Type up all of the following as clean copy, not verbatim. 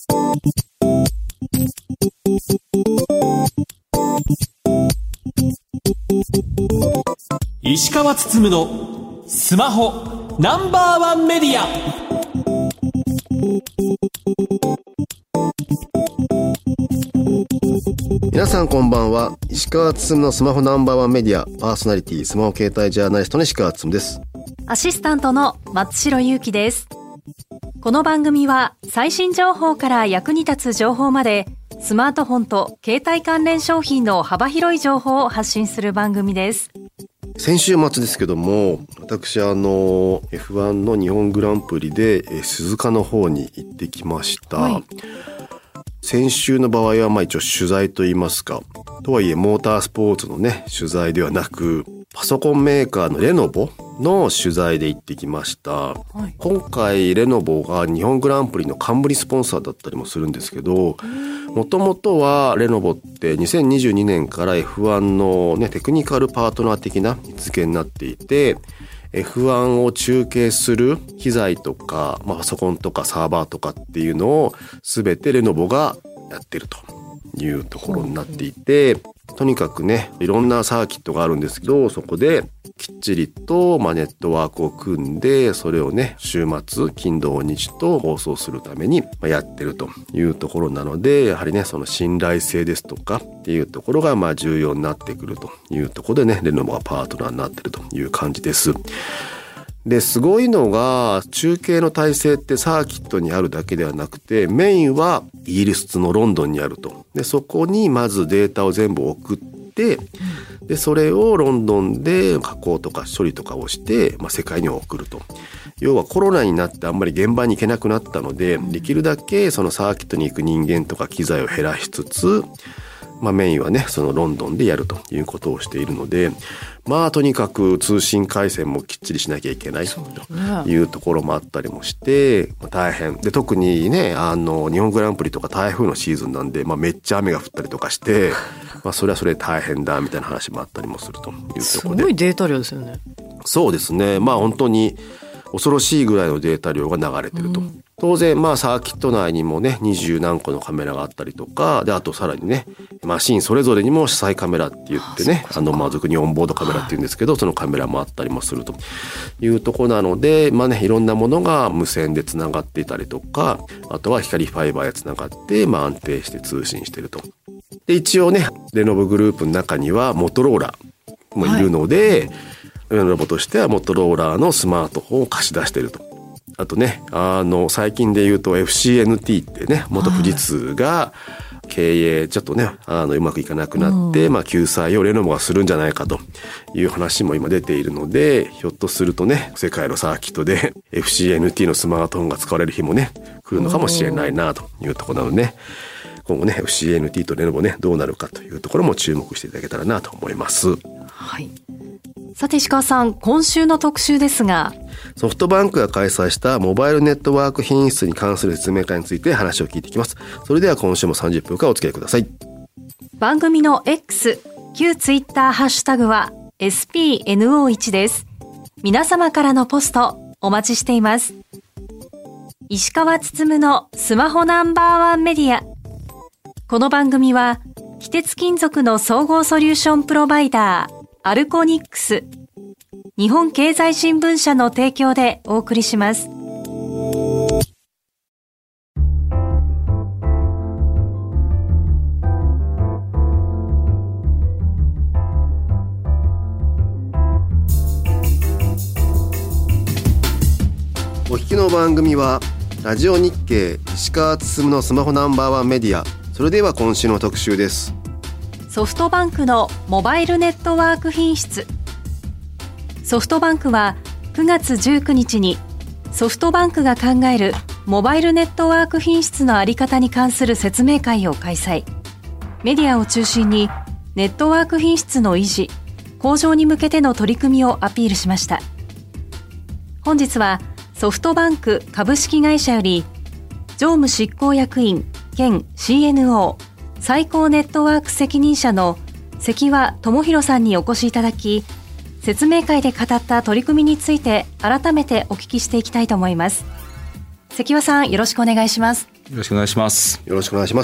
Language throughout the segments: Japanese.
石川つつむのスマホナンバーワンメディア。 皆さんこんばんは。石川つつむのスマホナンバーワンメディアパーソナリティ、スマホ携帯ジャーナリストの石川つつむです。 アシスタントの松代ゆうきです。この番組は最新情報から役に立つ情報まで、スマートフォンと携帯関連商品の幅広い情報を発信する番組です。 先週末ですけども、私F1 の日本グランプリで鈴鹿の方に行ってきました、はい。先週の場合は一応取材といいますか、とはいえモータースポーツのね取材ではなく、パソコンメーカーのレノボの取材で行ってきました、はい。今回レノボが日本グランプリの冠スポンサーだったりもするんですけど、もともとはレノボって2022年から F1 の、テクニカルパートナー的な位置づけになっていて、F1 を中継する機材とか、パソコンとかサーバーとかっていうのを全てレノボがやってるというところになっていて、とにかくねいろんなサーキットがあるんですけど、そこできっちりとネットワークを組んで、それをね週末金土日と放送するためにやってるというところなので、やはりねその信頼性ですとかっていうところが重要になってくるというところでね、レノボがパートナーになってるという感じです。で、すごいのが中継の体制ってサーキットにあるだけではなくて、メインはイギリスのロンドンにあると。で、そこにまずデータを全部送って、でそれをロンドンで加工とか処理とかをして、世界に送ると。要はコロナになってあんまり現場に行けなくなったので、できるだけそのサーキットに行く人間とか機材を減らしつつ、メインはねそのロンドンでやるということをしているので、とにかく通信回線もきっちりしなきゃいけないというところもあったりもして大変で、特にね日本グランプリとか台風のシーズンなんで、めっちゃ雨が降ったりとかして、それはそれで大変だみたいな話もあったりもするというところで、 すごいデータ量ですよね。 そうですね、本当に恐ろしいぐらいのデータ量が流れてると、当然サーキット内にもね20何個のカメラがあったりとかで、あとさらにねマシンそれぞれにも主催カメラって言ってね、俗にオンボードカメラって言うんですけど、そのカメラもあったりもするというところなので、いろんなものが無線でつながっていたりとか、あとは光ファイバーでつながって、安定して通信してると。で一応ねレノボグループの中にはモトローラもいるので、レノボとしてはモトローラのスマートフォンを貸し出していると。あとね最近で言うと FCNT ってね元富士通が経営ちょっとねうまくいかなくなって、救済をレノボがするんじゃないかという話も今出ているので、ひょっとするとね世界のサーキットで FCNT のスマートフォンが使われる日もね来るのかもしれないなというところなので、今後ね FCNT とレノボねどうなるかというところも注目していただけたらなと思います。 はい。さて石川さん、今週の特集ですが、 ソフトバンクが開催したモバイルネットワーク品質に関する説明会について話を聞いていきます。それでは今週も30分間お付き合いください。 番組の X、旧ツイッターハッシュタグは SPNO1 です。皆様からのポストお待ちしています。石川つつむのスマホナンバーワンメディア。この番組は非鉄金属の総合ソリューションプロバイダーアルコニックス、日本経済新聞社の提供でお送りします。 お聞きの番組はラジオ日経石川つつむのスマホナンバーワンメディア。それでは今週の特集です。 ソフトバンクのモバイルネットワーク品質。ソフトバンクは9月19日にソフトバンクが考えるモバイルネットワーク品質の在り方に関する説明会を開催。メディアを中心にネットワーク品質の維持、向上に向けての取り組みをアピールしました。本日はソフトバンク株式会社より常務執行役員兼 CNO 最高ネットワーク責任者の関和智博さんにお越しいただき、説明会で語った取り組みについて改めてお聞きしていきたいと思います。 関和さん、よろしくお願いします。 よろしくお願いします。 よろしくお願いします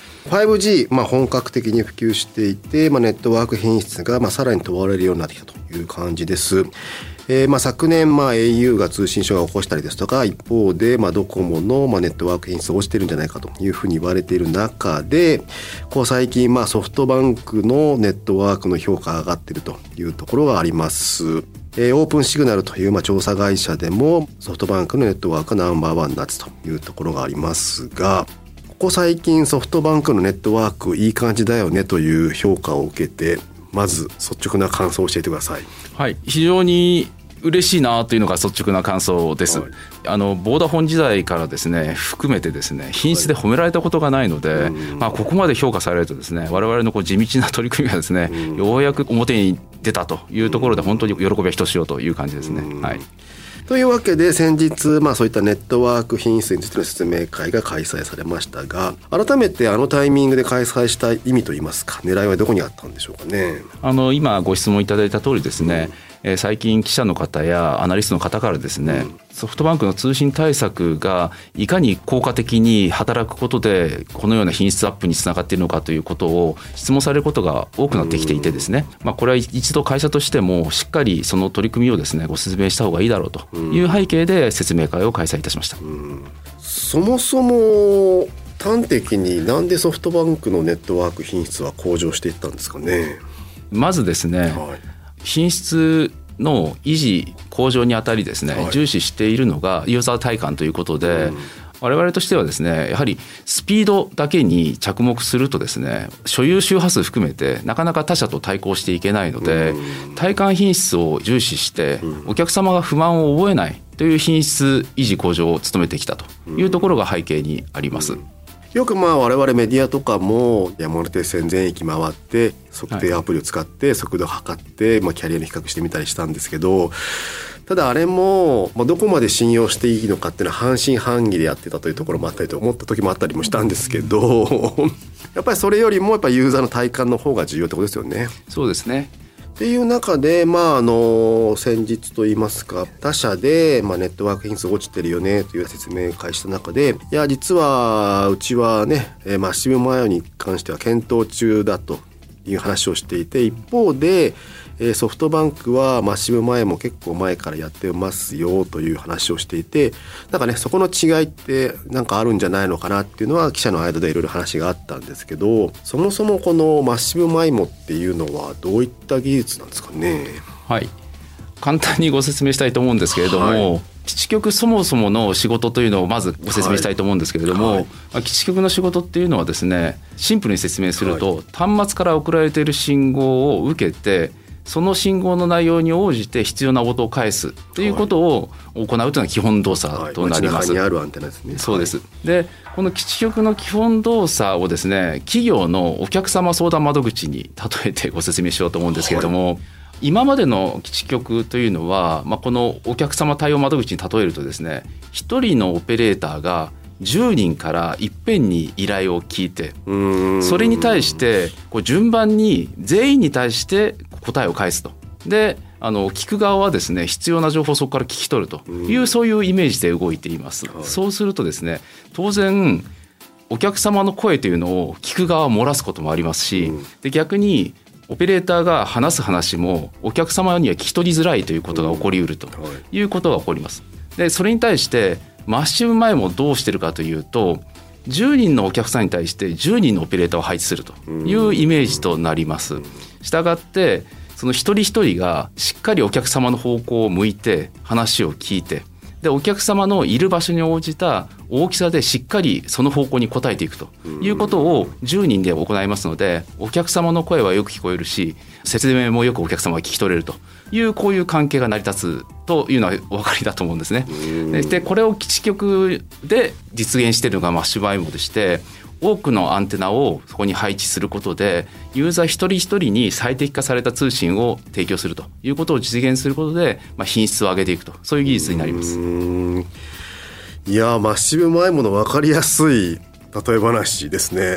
。5G、本格的に普及していて、ネットワーク品質がさらに問われるようになってきたという感じです。昨年、au が通信障害を起こしたりですとか、一方で、ドコモの、ネットワーク品質が落ちてるんじゃないかというふうに言われている中で、最近、ソフトバンクのネットワークの評価が上がっているというところがあります。オープンシグナルという調査会社でもソフトバンクのネットワークがナンバーワンになってというところがありますが、ここ最近ソフトバンクのネットワークいい感じだよねという評価を受けて、まず率直な感想を教えてください。 はい、非常に嬉しいなというのが率直な感想です。ボーダフォン時代からですね含めてですね品質で褒められたことがないので、ここまで評価されるとですね我々の地道な取り組みがですねようやく表に出たというところで本当に喜びはひとしおという感じですね。はい。 というわけで先日、そういったネットワーク品質についての説明会が開催されましたが、改めてタイミングで開催した意味といいますか、狙いはどこにあったんでしょうかね。 今ご質問いただいた通りですね、最近記者の方やアナリストの方からですね、ソフトバンクの通信対策がいかに効果的に働くことでこのような品質アップにつながっているのかということを質問されることが多くなってきていてですね、これは一度会社としてもしっかりその取り組みをですねご説明した方がいいだろうという背景で説明会を開催いたしました。 そもそも端的になんでソフトバンクのネットワーク品質は向上していったんですかね。 まずですね、品質の維持向上にあたりですね、重視しているのがユーザー体感ということで、我々としてはですねやはりスピードだけに着目するとですね所有周波数含めてなかなか他社と対抗していけないので、体感品質を重視してお客様が不満を覚えないという品質維持向上を努めてきたというところが背景にあります。 よく我々メディアとかも山手線全駅回って測定アプリを使って速度を測って、キャリアに比較してみたりしたんですけど、ただあれも、どこまで信用していいのかっていうのは半信半疑でやってたというところもあったりと思った時もあったりもしたんですけどやっぱりそれよりもユーザーの体感の方が重要ってことですよね。 そうですね。 っていう中で、先日といいますか他社で、ネットワーク品質落ちてるよねという説明会した中で、いや実はうちはねマッシブマヨに関しては検討中だという話をしていて、一方でソフトバンクはマッシブ前も結構前からやってますよという話をしていて、そこの違いってあるんじゃないのかなっていうのは記者の間でいろいろ話があったんですけど、そもそもこのマッシブマイモっていうのはどういった技術なんですかね。 はい、簡単にご説明したいと思うんですけれども、基地局そもそもの仕事というのをまずご説明したいと思うんですけれども、基地局の仕事っていうのはですねシンプルに説明すると、端末から送られている信号を受けてその信号の内容に応じて必要な音を返すということを行うというのが基本動作となります。 街中にあるアンテナですね。 そうです。でこの基地局の基本動作をですね企業のお客様相談窓口に例えてご説明しようと思うんですけれども、今までの基地局というのは、このお客様対応窓口に例えるとですね1人のオペレーターが10人からいっぺんに依頼を聞いて、それに対して順番に全員に対して答えを返すと。で聞く側はですね必要な情報をそこから聞き取るという、そういうイメージで動いています。そうするとですね当然お客様の声というのを聞く側は漏らすこともありますし、で逆にオペレーターが話す話もお客様には聞き取りづらいということが起こりうるということが起こります。でそれに対してマッシブ前もどうしてるかというと、10人のお客さんに対して10人のオペレーターを配置するというイメージとなります。したがってその一人一人がしっかりお客様の方向を向いて話を聞いて、でお客様のいる場所に応じた大きさでしっかりその方向に応えていくということを10人で行いますので、お客様の声はよく聞こえるし説明もよくお客様が聞き取れるという、こういう関係が成り立つというのはお分かりだと思うんですね。でこれを基地局で実現しているのがマッシュバイモでして、多くのアンテナをそこに配置することでユーザー一人一人に最適化された通信を提供するということを実現することで、品質を上げていくと、そういう技術になります。 いやマッシブマイモの分かりやすい例え話ですね、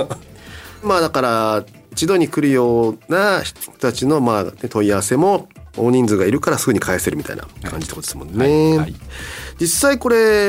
だから一度に来るような人たちの問い合わせも大人数がいるからすぐに返せるみたいな感じってことですもんね。実際これ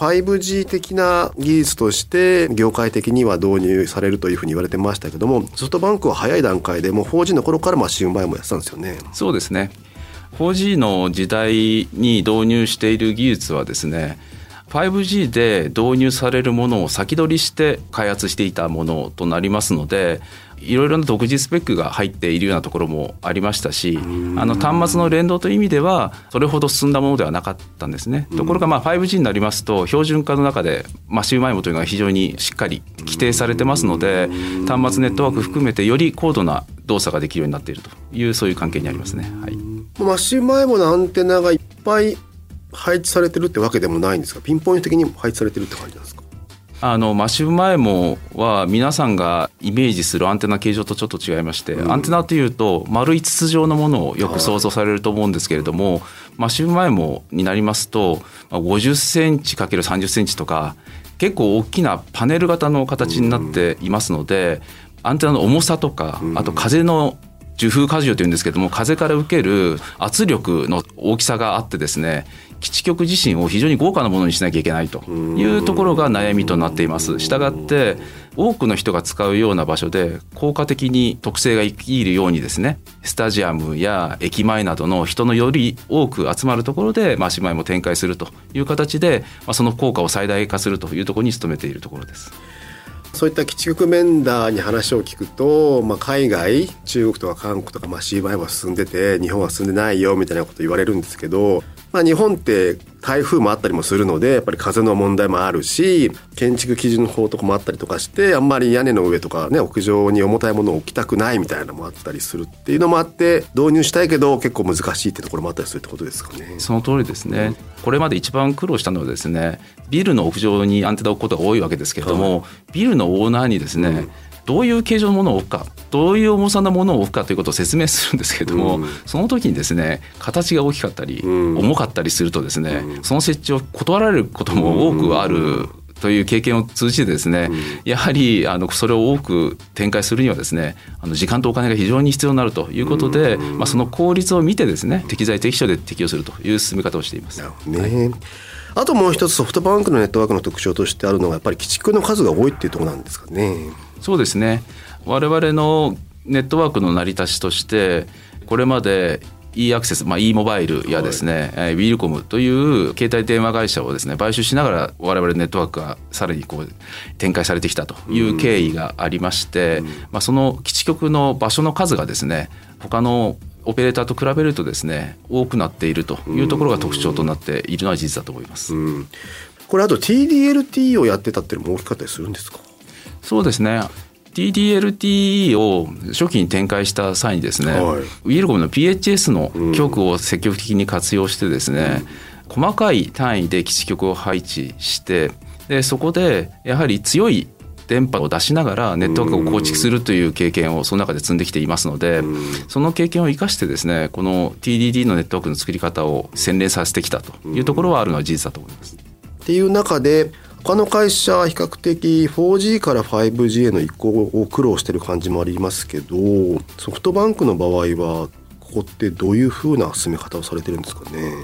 5G 的な技術として業界的には導入されるというふうに言われてましたけども、ソフトバンクは早い段階でもう 4G の頃からマシン前もやってたんですよね。 そうですね。4G の時代に導入している技術はですね、5G で導入されるものを先取りして開発していたものとなりますので、いろいろな独自スペックが入っているようなところもありましたし、端末の連動という意味ではそれほど進んだものではなかったんですね。ところが5G になりますと標準化の中でマシン MIMO というのが非常にしっかり規定されてますので、端末ネットワーク含めてより高度な動作ができるようになっているというそういう関係にありますね。 マシン MIMO のアンテナがいっぱい配置されてるってわけでもないんですか？ピンポイント的に配置されてるって感じなんですか？ マシン MIMO は皆さんがイメージするアンテナ形状とちょっと違いまして、アンテナというと丸い筒状のものをよく想像されると思うんですけれども、マシン MIMO になりますと50センチ ×30 センチとか結構大きなパネル型の形になっていますので、アンテナの重さとか、あと風の受風荷重というんですけども、風から受ける圧力の大きさがあってですね、基地局自身を非常に豪華なものにしなきゃいけないというところが悩みとなっています。したがって多くの人が使うような場所で効果的に特性が生きるようにですね、スタジアムや駅前などの人のより多く集まるところでマシン MIMO も展開するという形で、その効果を最大化するというところに努めているところです。 そういった基地局メンダーに話を聞くと、海外、中国とか韓国とかマシン MIMOは進んでて日本は進んでないよみたいなこと言われるんですけど、日本って台風もあったりもするのでやっぱり風の問題もあるし、建築基準法とかもあったりとかして、あんまり屋根の上とかね、屋上に重たいものを置きたくないみたいなのもあったりするっていうのもあって、導入したいけど結構難しいってところもあったりするってことですかね。 その通りですね。これまで一番苦労したのはですね、ビルの屋上にアンテナを置くことが多いわけですけれども、ビルのオーナーにですね、どういう形状のものを置くか、どういう重さのものを置くかということを説明するんですけれども、その時にですね、形が大きかったり、重かったりするとですね、その設置を断られることも多くあるという経験を通じてですね、やはりそれを多く展開するにはですね、時間とお金が非常に必要になるということで、その効率を見てですね、適材適所で適用するという進め方をしています。 あともう一つソフトバンクのネットワークの特徴としてあるのがやっぱり基地局の数が多いっていうところなんですかね。 そうですね。我々のネットワークの成り立ちとしてこれまで e アクセス、e モバイルやですね、ウィルコムという携帯電話会社をですね買収しながら我々ネットワークがさらに展開されてきたという経緯がありまして、その基地局の場所の数がですね他のオペレーターと比べるとですね多くなっているというところが特徴となっているのは事実だと思います。 これあと TD-LTE をやってたっていうのも大きかったりするんですか？ そうですね。TD-LTE を初期に展開した際にですね、ウィルコムの PHS の局を積極的に活用してですね、細かい単位で基地局を配置して、でそこでやはり強い電波を出しながらネットワークを構築するという経験をその中で積んできていますので、その経験を生かしてですねこの TDD のネットワークの作り方を洗練させてきたというところはあるのは事実だと思います。 っていう中で他の会社比較的 4G から 5G への移行を苦労している感じもありますけど、ソフトバンクの場合はここってどういうふうな進め方をされてるんですかね。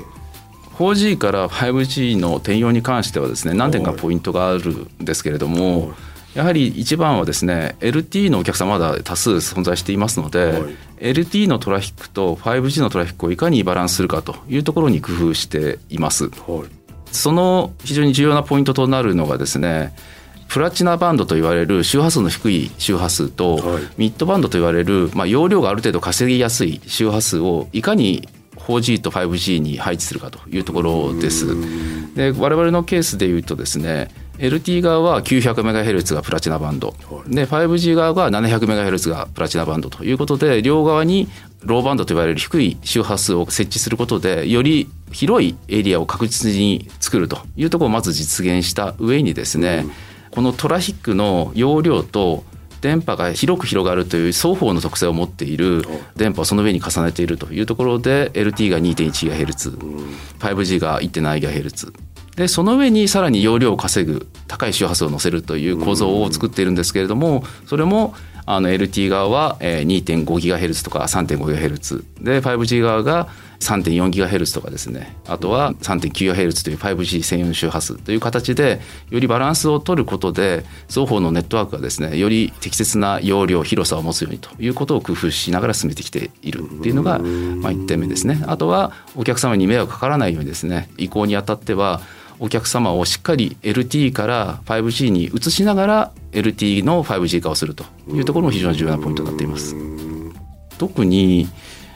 4G から 5G の転用に関してはですね何点かポイントがあるんですけれども、やはり一番はですね LTE のお客さんまだ多数存在していますので、LTE のトラフィックと 5G のトラフィックをいかにバランスするかというところに工夫しています。その非常に重要なポイントとなるのがですねプラチナバンドといわれる周波数の低い周波数と、ミッドバンドといわれる、容量がある程度稼ぎやすい周波数をいかに 4G と 5G に配置するかというところです。で我々のケースでいうとですね LT 側は 900MHz がプラチナバンドで 5G 側が 700MHz がプラチナバンドということで、両側にローバンドといわれる低い周波数を設置することでより広いエリアを確実に作るというところをまず実現した上にですね、このトラフィックの容量と電波が広く広がるという双方の特性を持っている電波をその上に重ねているというところで LT が 2.1GHz、5G が 1.7GHz でその上にさらに容量を稼ぐ高い周波数を乗せるという構造を作っているんですけれども、それも LTE 側は 2.5GHz とか 3.5GHz で 5G 側が 3.4GHz とかですね、あとは 3.9GHz という 5G 専用周波数という形でよりバランスを取ることで双方のネットワークがですねより適切な容量広さを持つようにということを工夫しながら進めてきているっていうのが1点目ですね。あとはお客様に迷惑かからないようにですね移行にあたってはお客様をしっかり LTE から 5G に移しながら LTE の 5G 化をするというところも非常に重要なポイントになっています。特に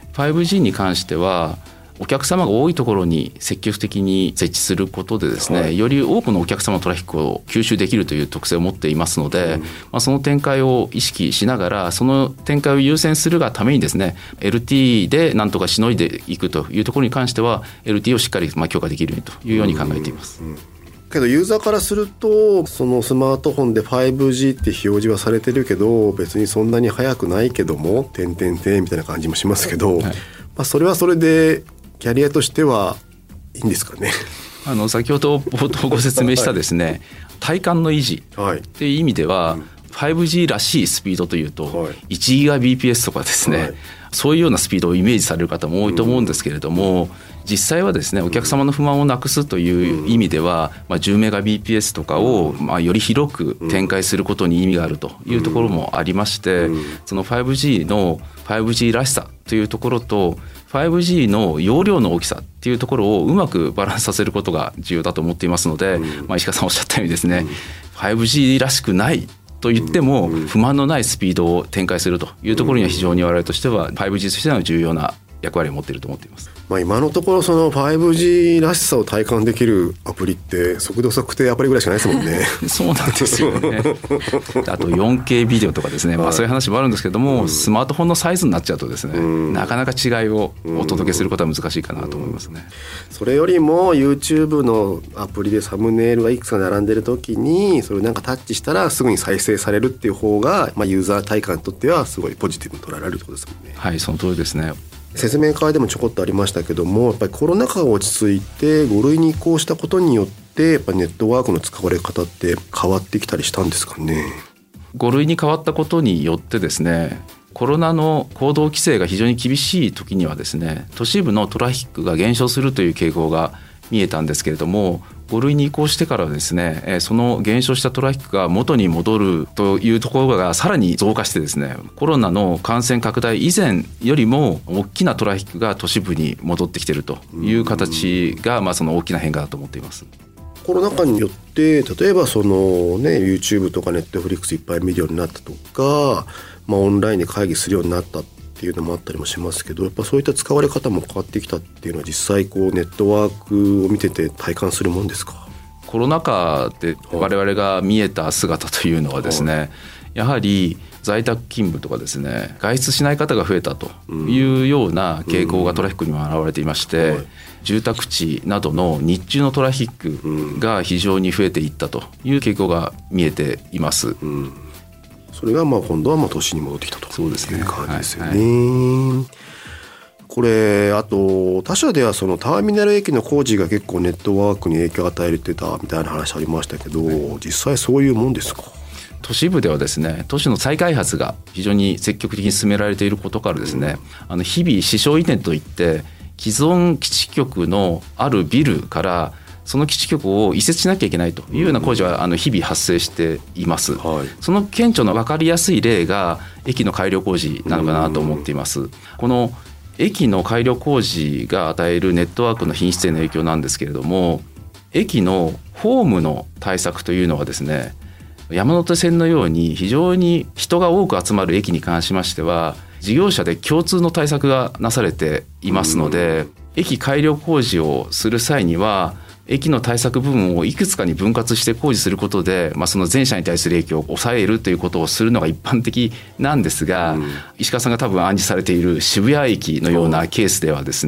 5G に関してはお客様が多いところに積極的に設置することでですね、より多くのお客様のトラフィックを吸収できるという特性を持っていますので、その展開を意識しながらその展開を優先するがためにですね LTE でなんとかしのいでいくというところに関しては LTE をしっかり強化できるようにというように考えています。 けどユーザーからするとそのスマートフォンで 5G って表示はされてるけど別にそんなに速くないけども点々点みたいな感じもしますけど、それはそれでキャリアとしてはいいんですかね。 先ほど冒頭ご説明したですね、体感の維持っていう意味では、5G らしいスピードというと、1Gbps とかですね、そういうようなスピードをイメージされる方も多いと思うんですけれども、実際はですねお客様の不満をなくすという意味では、10Mbps とかをより広く展開することに意味があるというところもありまして、その 5G の 5G らしさというところと 5G の容量の大きさっていうところをうまくバランスさせることが重要だと思っていますので、石川さんおっしゃったようにですね、5G らしくないと言っても不満のないスピードを展開するというところには非常に我々としては 5G としての重要な役割を持っていると思っています。 今のところその 5G らしさを体感できるアプリって速度測定アプリぐらいしかないですもんね。 そうなんですよね。あと 4K ビデオとかですね、そういう話もあるんですけども、スマートフォンのサイズになっちゃうとですね、なかなか違いをお届けすることは難しいかなと思いますね。 それよりも YouTube のアプリでサムネイルがいくつか並んでる時にそれをなんかタッチしたらすぐに再生されるっていう方が、ユーザー体感にとってはすごいポジティブに捉えられるってことですもんね。 はい、その通りですね。 説明会でもちょこっとありましたけども、やっぱりコロナ禍が落ち着いて5類に移行したことによってやっぱネットワークの使われ方って変わってきたりしたんですかね。 5類に変わったことによってですね、コロナの行動規制が非常に厳しい時にはですね、都市部のトラフィックが減少するという傾向が見えたんですけれども、5類に移行してからはですね、その減少したトラフィックが元に戻るというところがさらに増加してですね、コロナの感染拡大以前よりも大きなトラフィックが都市部に戻ってきているという形が、その大きな変化だと思っています。 コロナ禍によって例えばその、YouTube とか Netflix いっぱい見るようになったとか、オンラインで会議するようになったっていうのもあったりもしますけど、やっぱそういった使われ方も変わってきたっていうのは実際ネットワークを見てて体感するもんですか。 コロナ禍で我々が見えた姿というのはですね、やはり在宅勤務とかですね、外出しない方が増えたというような傾向がトラフィックにも表れていまして、住宅地などの日中のトラフィックが非常に増えていったという傾向が見えています。 それが今度は都市に戻ってきたという感じですよね。これあと他社ではそのターミナル駅の工事が結構ネットワークに影響を与えてたみたいな話ありましたけど、実際そういうもんですか。 都市部ではですね、都市の再開発が非常に積極的に進められていることからですね、日々支障移転といって既存基地局のあるビルからその基地局を移設しなきゃいけないというような工事は日々発生しています。その顕著な分かりやすい例が駅の改良工事なのかなと思っています。この駅の改良工事が与えるネットワークの品質への影響なんですけれども、駅のホームの対策というのはですね、山手線のように非常に人が多く集まる駅に関しましては事業者で共通の対策がなされていますので、駅改良工事をする際には駅の対策部分をいくつかに分割して工事することで、その全社に対する影響を抑えるということをするのが一般的なんですが、石川さんが多分暗示されている渋谷駅のようなケースではですね、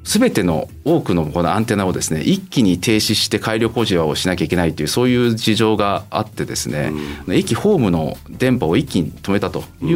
全ての多くのこのアンテナをですね一気に停止して改良工事をしなきゃいけないというそういう事情があってですね、駅ホームの電波を一気に止めたという、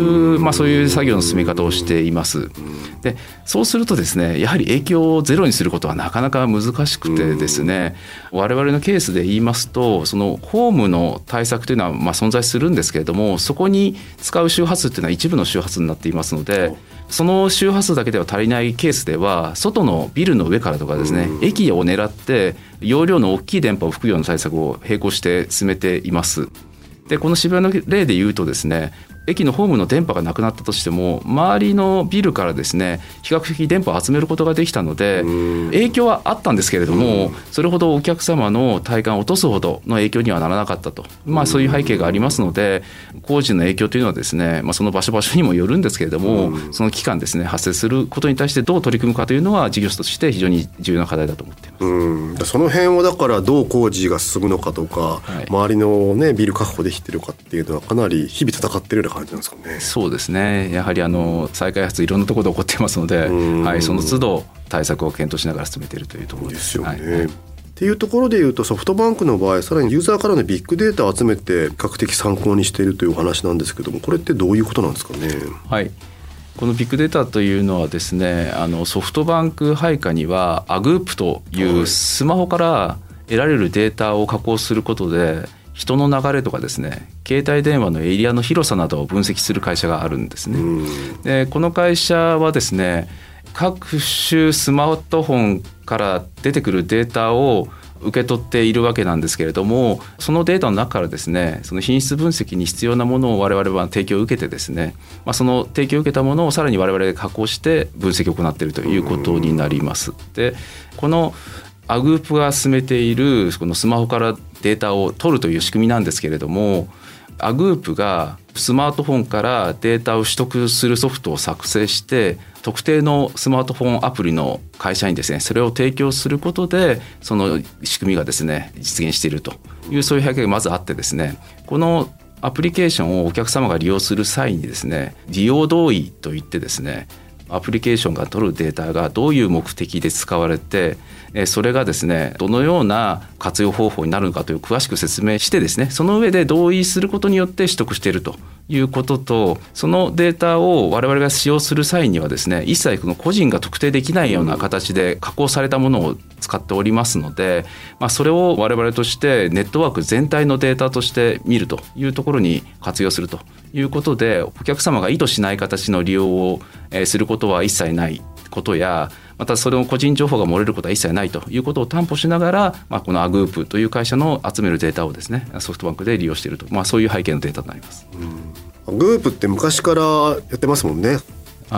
そういう作業の進め方をしています。でそうするとですねやはり影響をゼロにすることはなかなか難しくてですね、我々のケースで言いますとそのホームの対策というのは存在するんですけれども、そこに使う周波数というのは一部の周波数になっていますので、その周波数だけでは足りないケースでは外のビルの上からとかですね、駅を狙って容量の大きい電波を吹くような対策を並行して進めています。でこの渋谷の例で言うとですね、駅のホームの電波がなくなったとしても周りのビルからですね比較的電波を集めることができたので影響はあったんですけれども、それほどお客様の体感を落とすほどの影響にはならなかったと、そういう背景がありますので、工事の影響というのはですね、その場所にもよるんですけれども、その期間ですね発生することに対してどう取り組むかというのは事業者として非常に重要な課題だと思っています。 その辺をだからどう工事が進むのかとか、周りの、ビル確保できているかっていうのはかなり日々戦っているような感じなんですかね。 そうですね、やはり再開発いろんなところで起こっていますので、その都度対策を検討しながら進めているというところです。 ですよね。っていうところでいうとソフトバンクの場合さらにユーザーからのビッグデータを集めて比較的参考にしているというお話なんですけども、これってどういうことなんですかね。 このビッグデータというのはですね、ソフトバンク配下にはアグープというスマホから得られるデータを加工することで人の流れとかですね携帯電話のエリアの広さなどを分析する会社があるんですね。でこの会社はですね各種スマートフォンから出てくるデータを受け取っているわけなんですけれども、そのデータの中からですねその品質分析に必要なものを我々は提供を受けてですね、その提供を受けたものをさらに我々で加工して分析を行っているということになります。でこのアグープが進めているこのスマホからデータを取るという仕組みなんですけれども、アグープがスマートフォンからデータを取得するソフトを作成して特定のスマートフォンアプリの会社にですねそれを提供することでその仕組みがですね実現しているというそういう背景がまずあってですね、このアプリケーションをお客様が利用する際にですね利用同意といってですねアプリケーションが取るデータがどういう目的で使われてそれがですねどのような活用方法になるのかという詳しく説明してですねその上で同意することによって取得しているということと、そのデータを我々が使用する際にはですね一切この個人が特定できないような形で加工されたものを使っておりますので、それを我々としてネットワーク全体のデータとして見るというところに活用するということで、お客様が意図しない形の利用をすることは一切ないことや、またそれの個人情報が漏れることは一切ないということを担保しながら、このアグープという会社の集めるデータをですねソフトバンクで利用していると、そういう背景のデータになります。 アグープって昔からやってますもんね。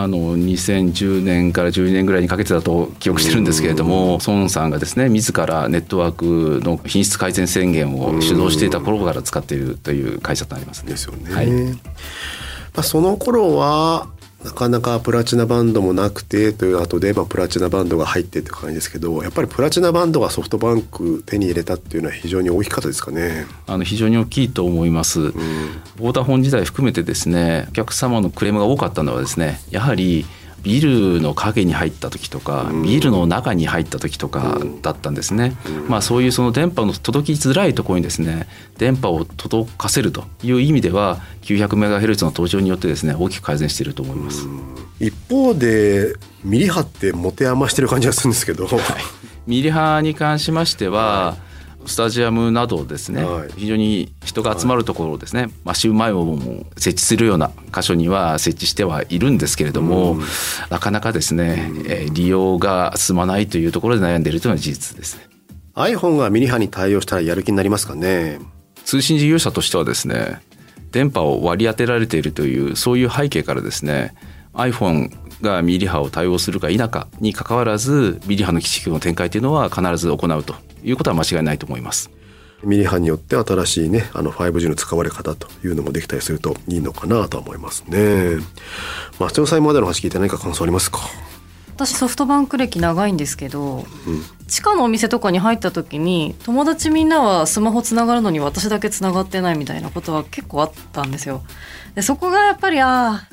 2010年から12年ぐらいにかけてだと記憶してるんですけれども、孫さんがですね自らネットワークの品質改善宣言を主導していた頃から使っているという会社となりますね。 ですよね。その頃はなかなかプラチナバンドもなくてという後で、プラチナバンドが入ってという感じですけど、やっぱりプラチナバンドがソフトバンク手に入れたっていうのは非常に大きかったですかね。 非常に大きいと思います。ボーダフォン時代含めてですねお客様のクレームが多かったのはですねやはりビルの影に入った時とかビルの中に入った時とかだったんですね。そういうその電波の届きづらいところにですね電波を届かせるという意味では 900MHz の登場によってですね大きく改善していると思います。 一方でミリ波って持て余してる感じがするんですけど、 ミリ波に関しましては、スタジアムなどですね、非常に人が集まるところをですね、マシブマイオンも設置するような箇所には設置してはいるんですけれども、なかなかですね、利用が進まないというところで悩んでいるというのは事実ですね。 iPhone がミリ波に対応したらやる気になりますかね。 通信事業者としてはですね電波を割り当てられているというそういう背景からですね iPhone がミリ波を対応するか否かにかかわらずミリ波の基地局の展開というのは必ず行うということは間違いないと思います。 ミリ波によって新しいね5G の使われ方というのもできたりするといいのかなと思いますね。松尾さんまでの話聞いて何か感想ありますか。 私ソフトバンク歴長いんですけど、地下のお店とかに入った時に友達みんなはスマホつながるのに私だけつながってないみたいなことは結構あったんですよ。でそこがやっぱり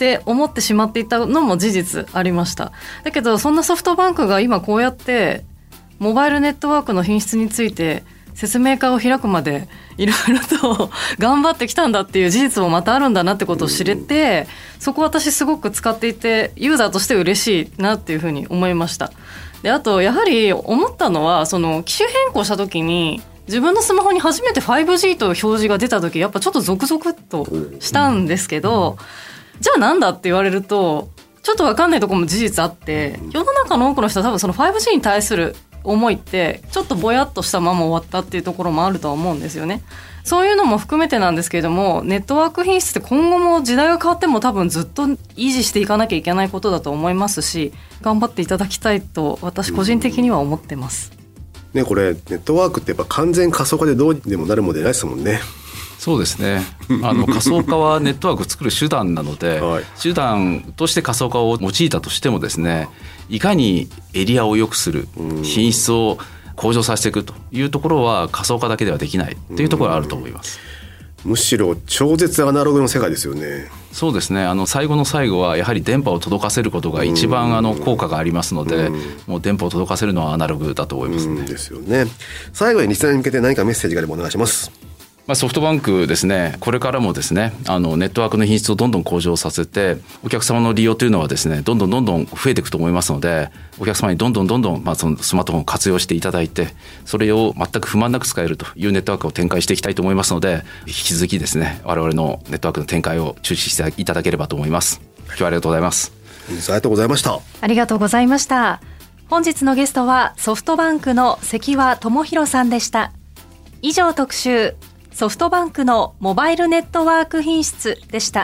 って思ってしまっていたのも事実ありました。だけどそんなソフトバンクが今こうやってモバイルネットワークの品質について説明会を開くまでいろいろと頑張ってきたんだっていう事実もまたあるんだなってことを知れて、そこ私すごく使っていてユーザーとして嬉しいなっていうふうに思いました。であとやはり思ったのは、その機種変更した時に自分のスマホに初めて 5G という表示が出た時やっぱちょっとゾクゾクっとしたんですけど、じゃあなんだって言われるとちょっと分かんないところも事実あって、世の中の多くの人は多分その 5G に対する思いってちょっとぼやっとしたまま終わったっていうところもあるとは思うんですよね。そういうのも含めてなんですけれども、ネットワーク品質って今後も時代が変わっても多分ずっと維持していかなきゃいけないことだと思いますし、頑張っていただきたいと私個人的には思ってますね。これネットワークってやっぱ完全仮想化でどうにでもなるもんでないですもんね。 そうですね。仮想化はネットワークを作る手段なので、はい、手段として仮想化を用いたとしてもですね、いかにエリアを良くする、品質を向上させていくというところは仮想化だけではできないというところがあると思います。 むしろ超絶アナログの世界ですよね。 そうですね。最後の最後はやはり電波を届かせることが一番効果がありますので、もう電波を届かせるのはアナログだと思いますね。 ですよね。最後にリスナーに向けて何かメッセージがあればお願いします。 ソフトバンクですね、これからもですね、ネットワークの品質をどんどん向上させて、お客様の利用というのはですね、どんどん増えていくと思いますので、お客様にどんどんそのスマートフォンを活用していただいて、それを全く不満なく使えるというネットワークを展開していきたいと思いますので、引き続きですね、我々のネットワークの展開を注視していただければと思います。今日はありがとうございます。 ありがとうございました。 ありがとうございました。本日のゲストはソフトバンクの関和智弘さんでした。以上特集ソフトバンクのモバイルネットワーク品質でした。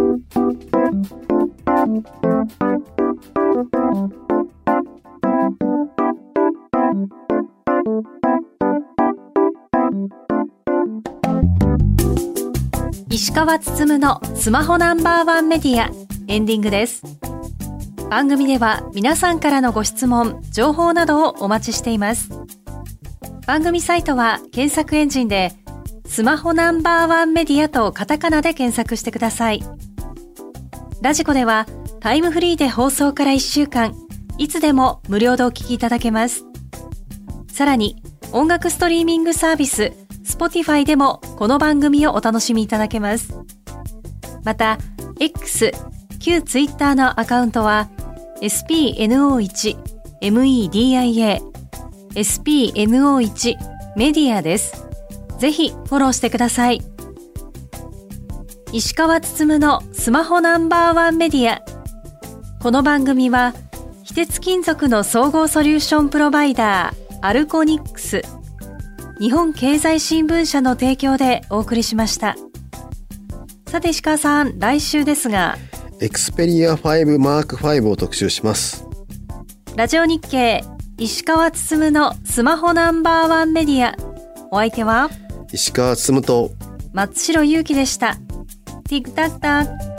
石川つつむのスマホナンバーワンメディア、エンディングです。番組では皆さんからのご質問、情報などをお待ちしています。番組サイトは検索エンジンでスマホナンバーワンメディアとカタカナで検索してください。ラジコではタイムフリーで放送から1週間、いつでも無料でお聞きいただけます。さらに音楽ストリーミングサービス Spotify でもこの番組をお楽しみいただけます。また X、旧 Twitter のアカウントは SPNO1 MEDIA SPNO1 メディアです。ぜひフォローしてください。石川つつむのスマホナンバーワンメディア。この番組は非鉄金属の総合ソリューションプロバイダーアルコニックス、日本経済新聞社の提供でお送りしました。さて石川さん、来週ですがエクスペリア5マーク5を特集します。 ラジオ日経石川つつむのスマホナンバーワンメディア、お相手は石川つつむと松代ゆうきでした。ティックタックタック。